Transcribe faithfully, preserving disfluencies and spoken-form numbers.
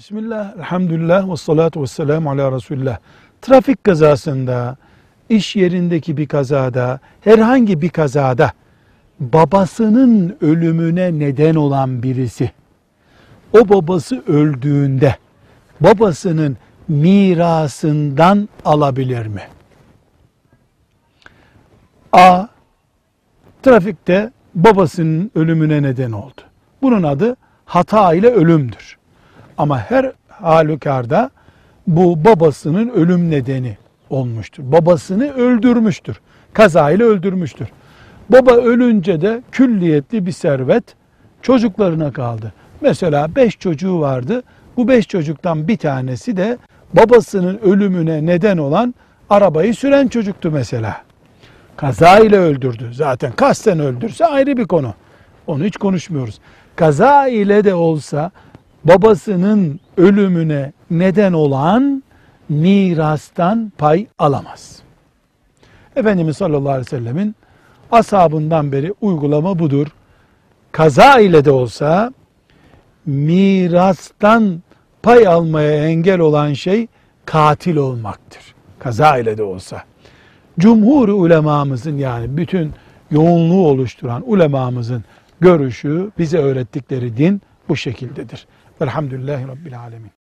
Bismillah, elhamdülillah ve salatu ve selamu ala Resulullah. Trafik kazasında, iş yerindeki bir kazada, herhangi bir kazada babasının ölümüne neden olan birisi, o babası öldüğünde babasının mirasından alabilir mi? A. Trafikte babasının ölümüne neden oldu. Bunun adı hata ile ölümdür. Ama her halükarda bu babasının ölüm nedeni olmuştur. Babasını öldürmüştür. Kaza ile öldürmüştür. Baba ölünce de külliyetli bir servet çocuklarına kaldı. Mesela beş çocuğu vardı. Bu beş çocuktan bir tanesi de babasının ölümüne neden olan arabayı süren çocuktu mesela. Kaza ile öldürdü. Zaten kasten öldürse ayrı bir konu. Onu hiç konuşmuyoruz. Kaza ile de olsa babasının ölümüne neden olan mirastan pay alamaz. Efendimiz sallallahu aleyhi ve sellemin ashabından beri uygulama budur. Kaza ile de olsa mirastan pay almaya engel olan şey katil olmaktır. Kaza ile de olsa. Cumhur ulemamızın, yani bütün yoğunluğu oluşturan ulemamızın görüşü, bize öğrettikleri din bu şekildedir. Velhamdülillahi Rabbil Alemin.